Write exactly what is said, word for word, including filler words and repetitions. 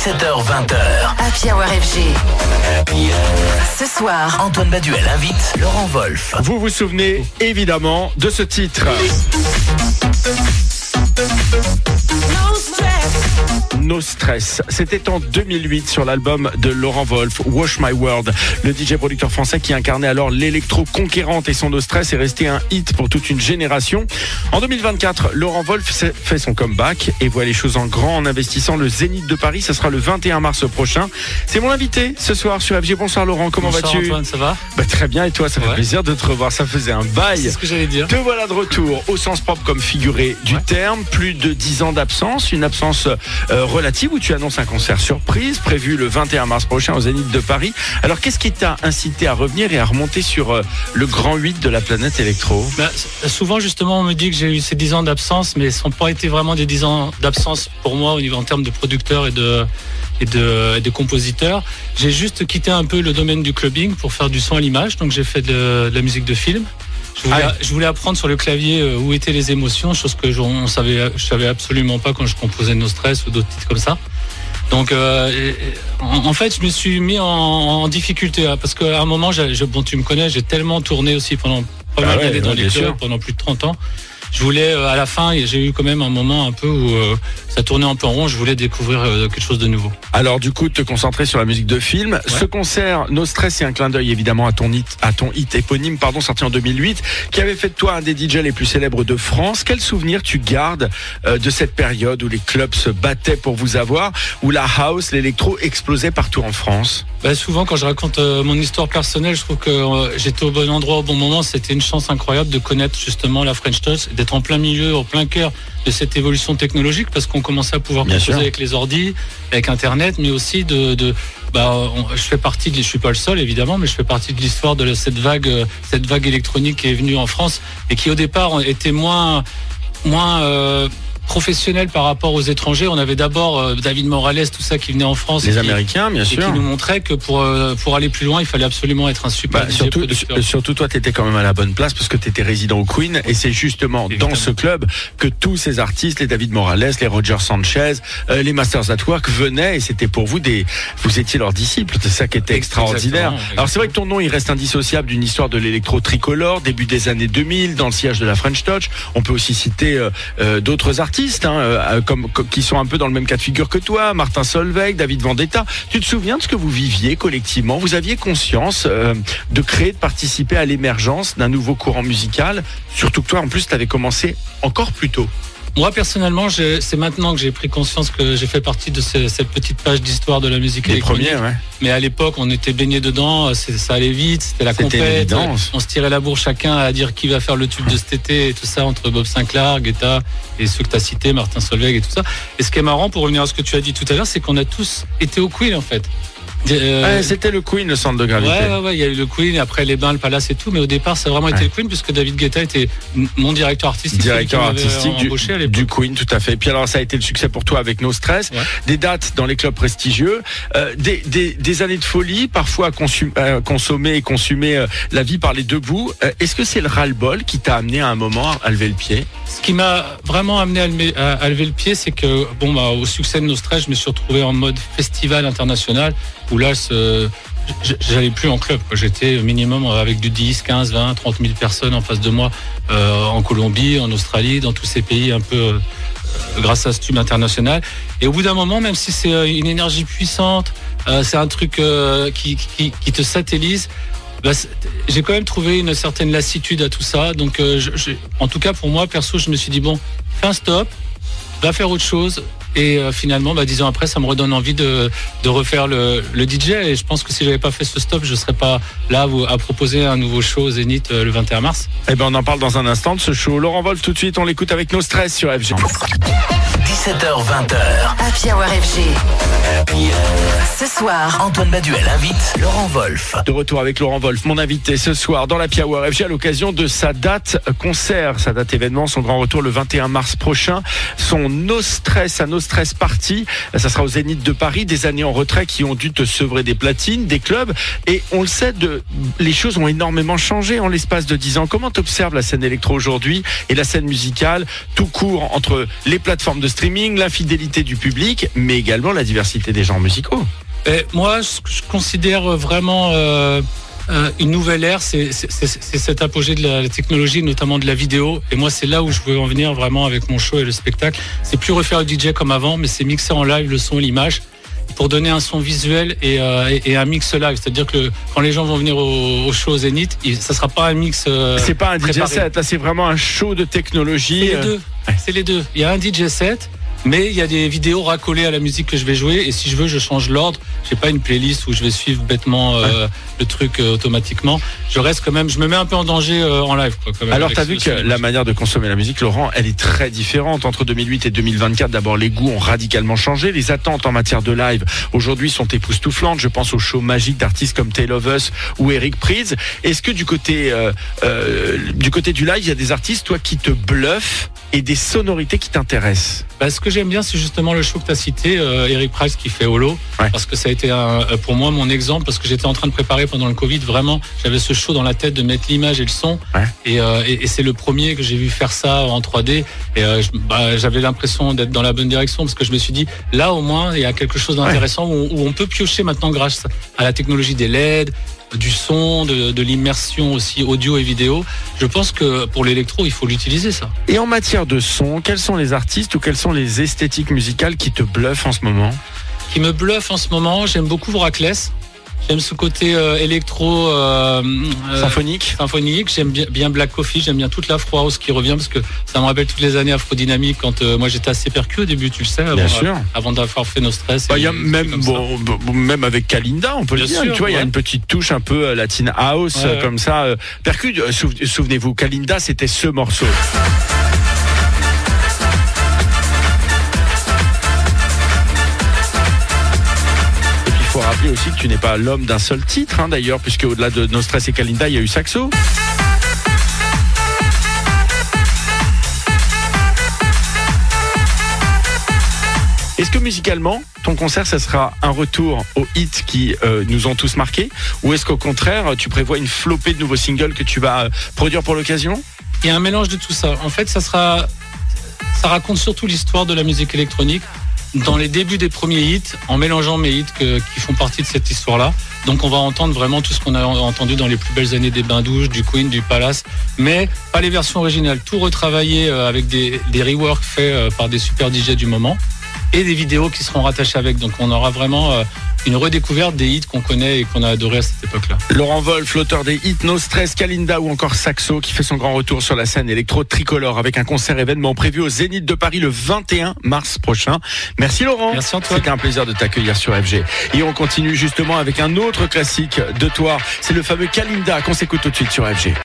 dix-sept heures vingt. Happy Hour F G. Ce soir, Antoine Baduel invite Laurent Wolf. Vous vous souvenez évidemment de ce titre. No Stress. C'était en deux mille huit sur l'album de Laurent Wolf, Wash My World. Le D J producteur français qui incarnait alors l'électro conquérante et son No Stress est resté un hit pour toute une génération. En deux mille vingt-quatre, Laurent Wolf fait son comeback et voit les choses en grand en investissant le Zénith de Paris. Ce sera le vingt et un mars prochain. C'est mon invité ce soir sur F G. Bonsoir Laurent, comment Bonsoir vas-tu? Antoine, ça va? Bah, très bien, et toi? Ça fait ouais. plaisir de te revoir, ça faisait un bail. C'est ce que j'allais dire. Te voilà de retour, au sens propre comme figuré du ouais. terme. Plus de dix ans d'absence, une absence euh, relative où tu annonces un concert surprise prévu le vingt et un mars prochain au Zénith de Paris. Alors qu'est-ce qui t'a incité à revenir et à remonter sur euh, le grand huit de la planète électro? Bah, souvent justement on me dit que j'ai eu ces dix ans d'absence, mais ce n'ont pas été vraiment des dix ans d'absence pour moi au niveau en termes de producteurs et de, et de, et de compositeurs. J'ai juste quitté un peu le domaine du clubbing pour faire du son à l'image, donc j'ai fait de, de la musique de film. Je voulais, ah, je voulais apprendre sur le clavier euh, où étaient les émotions, chose que je ne savais, je savais absolument pas quand je composais No Stress ou d'autres titres comme ça. Donc, euh, en, en fait, je me suis mis en, en difficulté hein, parce qu'à un moment, j'ai, je, bon, tu me connais, j'ai tellement tourné aussi pendant pas mal d'années dans les clubs, pendant plus de trente ans. Je voulais, euh, à la fin, j'ai eu quand même un moment un peu où euh, ça tournait un peu en rond. Je voulais découvrir euh, quelque chose de nouveau. Alors, du coup, te concentrer sur la musique de film. Ouais. Ce concert, No Stress, c'est un clin d'œil évidemment à ton hit, à ton hit éponyme, pardon, sorti en deux mille huit, qui avait fait de toi un des D J les plus célèbres de France. Quel souvenir tu gardes euh, de cette période où les clubs se battaient pour vous avoir, où la house, l'électro explosait partout en France? Bah, souvent, quand je raconte euh, mon histoire personnelle, je trouve que euh, j'étais au bon endroit au bon moment. C'était une chance incroyable de connaître justement la French Touch, d'être en plein milieu, en plein cœur de cette évolution technologique, parce qu'on commençait à pouvoir composer avec les ordis, avec Internet, mais aussi de, de bah, on, je fais partie de, je suis pas le seul évidemment, mais je fais partie de l'histoire de cette vague, cette vague électronique qui est venue en France et qui au départ était moins, moins euh, professionnel par rapport aux étrangers. On avait d'abord euh, David Morales, tout ça qui venait en France. Les qui, Américains, bien et sûr. Et qui nous montrait que pour, euh, pour aller plus loin, il fallait absolument être un super bah, surtout, producteur. Surtout toi, tu étais quand même à la bonne place parce que tu étais résident au Queen et c'est justement Évidemment. dans ce club que tous ces artistes, les David Morales, les Roger Sanchez, euh, les Masters at Work venaient et c'était pour vous des... Vous étiez leurs disciples, c'est ça qui était extraordinaire. Exactement. Alors c'est vrai que ton nom, il reste indissociable d'une histoire de l'électro tricolore, début des années deux mille, dans le sillage de la French Touch. On peut aussi citer euh, euh, d'autres artistes, hein, euh, Comme, comme, qui sont un peu dans le même cas de figure que toi, Martin Solveig, David Vendetta. Tu te souviens de ce que vous viviez collectivement? Vous aviez conscience euh, de créer, de participer à l'émergence d'un nouveau courant musical? Surtout que toi, en plus, tu avais commencé encore plus tôt. Moi, personnellement, je, c'est maintenant que j'ai pris conscience que j'ai fait partie de ce, cette petite page d'histoire de la musique Les électronique. Premiers, ouais. Mais à l'époque, on était baignés dedans, ça allait vite, c'était la c'était compète. On se tirait la bourre chacun à dire qui va faire le tube de cet été et tout ça, entre Bob Sinclair, Guetta et ceux que tu as cités, Martin Solveig et tout ça. Et ce qui est marrant, pour revenir à ce que tu as dit tout à l'heure, c'est qu'on a tous été au Queen, en fait. Euh, ouais, c'était le Queen, le centre de gravité. Ouais, ouais, ouais, il y a eu le Queen, et après les bains, le Palace et tout, mais au départ, ça a vraiment été ouais. le Queen, puisque David Guetta était mon directeur artistique. Directeur artistique du, du Queen, tout à fait. Et puis alors, ça a été le succès pour toi avec No Stress, ouais. des dates dans les clubs prestigieux, euh, des, des, des années de folie, parfois à, consum, à consommer et consumer euh, la vie par les deux bouts. Euh, est-ce que c'est le ras-le-bol qui t'a amené à un moment à lever le pied? Ce qui m'a vraiment amené à lever, à, à lever le pied, c'est que, bon, bah, au succès de No Stress, je me suis retrouvé en mode festival international, où là, ce, j'allais plus en club. J'étais minimum avec du dix, quinze, vingt, trente mille personnes en face de moi, euh, en Colombie, en Australie, dans tous ces pays un peu euh, grâce à ce tube international. Et au bout d'un moment, même si c'est une énergie puissante, euh, c'est un truc euh, qui, qui, qui te satellise, bah, j'ai quand même trouvé une certaine lassitude à tout ça. Donc, euh, je, je, en tout cas, pour moi, perso, je me suis dit, bon, fais un stop, va faire autre chose. Et euh, finalement, bah, dix ans après, ça me redonne envie de, de refaire le, le D J. Et je pense que si j'avais pas fait ce stop, je serais pas là à proposer un nouveau show au Zénith euh, le vingt et un mars. Eh ben, on en parle dans un instant de ce show. Laurent Wolf, tout de suite, on l'écoute avec No Stress sur F G. dix-sept heures vingt. Happy Hour F G. Ce soir, Antoine Baduel invite Laurent Wolf. De retour avec Laurent Wolf, mon invité ce soir dans l'Happy Hour F G à l'occasion de sa date concert, sa date événement, son grand retour le vingt et un mars prochain. Son No Stress, à No Stress Party, ça sera au Zénith de Paris. Des années en retrait qui ont dû te sevrer des platines, des clubs. Et on le sait, de, les choses ont énormément changé en l'espace de dix ans. Comment t'observes la scène électro aujourd'hui et la scène musicale tout court entre les plateformes de streaming, l'infidélité du public public, mais également la diversité des genres musicaux. Et moi, ce que je considère vraiment euh, euh, une nouvelle ère, c'est, c'est, c'est, c'est cet apogée de la, la technologie, notamment de la vidéo. Et moi, c'est là où je veux en venir vraiment avec mon show et le spectacle. C'est plus refaire le D J comme avant, mais c'est mixer en live le son et l'image pour donner un son visuel et, euh, et, et un mix live. C'est-à-dire que quand les gens vont venir au, au show au Zénith, il, ça sera pas un mix euh, C'est pas un préparé. D J set, là c'est vraiment un show de technologie. C'est les deux. Ouais. C'est les deux. Il y a un D J set, mais il y a des vidéos racolées à la musique que je vais jouer. Et si je veux, je change l'ordre. J'ai pas une playlist où je vais suivre bêtement euh, ouais. le truc euh, automatiquement. Je reste quand même, je me mets un peu en danger euh, en live. Quoi, quand même, Alors, t'as vu que la manière de consommer la musique, Laurent, elle est très différente entre deux mille huit et deux mille vingt-quatre. D'abord, les goûts ont radicalement changé. Les attentes en matière de live, aujourd'hui, sont époustouflantes. Je pense aux shows magiques d'artistes comme Tale of Us ou Eric Prydz. Est-ce que du côté, euh, euh, du côté du live, il y a des artistes, toi, qui te bluffent et des sonorités qui t'intéressent? Bah, ce que j'aime bien, c'est justement le show que tu as cité, euh, Eric Prydz qui fait Holo, ouais. parce que ça a été un, pour moi mon exemple, parce que j'étais en train de préparer pendant le Covid, vraiment, j'avais ce show dans la tête de mettre l'image et le son, ouais. et, euh, et, et c'est le premier que j'ai vu faire ça en trois D, et euh, je, bah, j'avais l'impression d'être dans la bonne direction, parce que je me suis dit, là au moins, il y a quelque chose d'intéressant ouais. où, où on peut piocher maintenant grâce à la technologie des L E D, du son, de, de l'immersion aussi audio et vidéo. Je pense que pour l'électro, il faut l'utiliser ça. Et en matière de son, quels sont les artistes ou quelles sont les esthétiques musicales qui te bluffent en ce moment? Qui me bluffent en ce moment, j'aime beaucoup Wrackless. J'aime ce côté euh, électro euh, symphonique. Euh, symphonique. J'aime bien, bien Black Coffee. J'aime bien toute l'Afro House qui revient parce que ça me rappelle toutes les années Afro Dynamique quand euh, moi j'étais assez percu au début, tu le sais. Avant, bien sûr. Euh, avant d'avoir fait No Stress. Il bah, y a même, bon, bon, même avec Kalinda, on peut bien le dire. Sûr, tu vois, il ouais. y a une petite touche un peu latine house ouais, ouais. comme ça. Euh, percu. Euh, souvenez-vous, Kalinda, c'était ce morceau. Il faut rappeler aussi que tu n'es pas l'homme d'un seul titre, hein, d'ailleurs, puisque au-delà de No Stress et Kalinda, il y a eu Saxo. Est-ce que musicalement, ton concert, ça sera un retour aux hits qui euh, nous ont tous marqués, ou est-ce qu'au contraire, tu prévois une flopée de nouveaux singles que tu vas euh, produire pour l'occasion? Il y a un mélange de tout ça. En fait, ça sera, ça raconte surtout l'histoire de la musique électronique. Dans les débuts des premiers hits, en mélangeant mes hits que, qui font partie de cette histoire-là. Donc on va entendre vraiment tout ce qu'on a entendu dans les plus belles années des Bains-Douches, du Queen, du Palace, mais pas les versions originales, tout retravaillé avec des, des reworks faits par des super D J du moment et des vidéos qui seront rattachées avec. Donc on aura vraiment une redécouverte des hits qu'on connaît et qu'on a adoré à cette époque-là. Laurent Wolf, l'auteur des hits No Stress, Kalinda ou encore Saxo, qui fait son grand retour sur la scène électro tricolore avec un concert événement prévu au Zénith de Paris le vingt et un mars prochain. Merci Laurent. Merci Antoine. C'était un plaisir de t'accueillir sur F G. Et on continue justement avec un autre classique de toi. C'est le fameux Kalinda qu'on s'écoute tout de suite sur F G.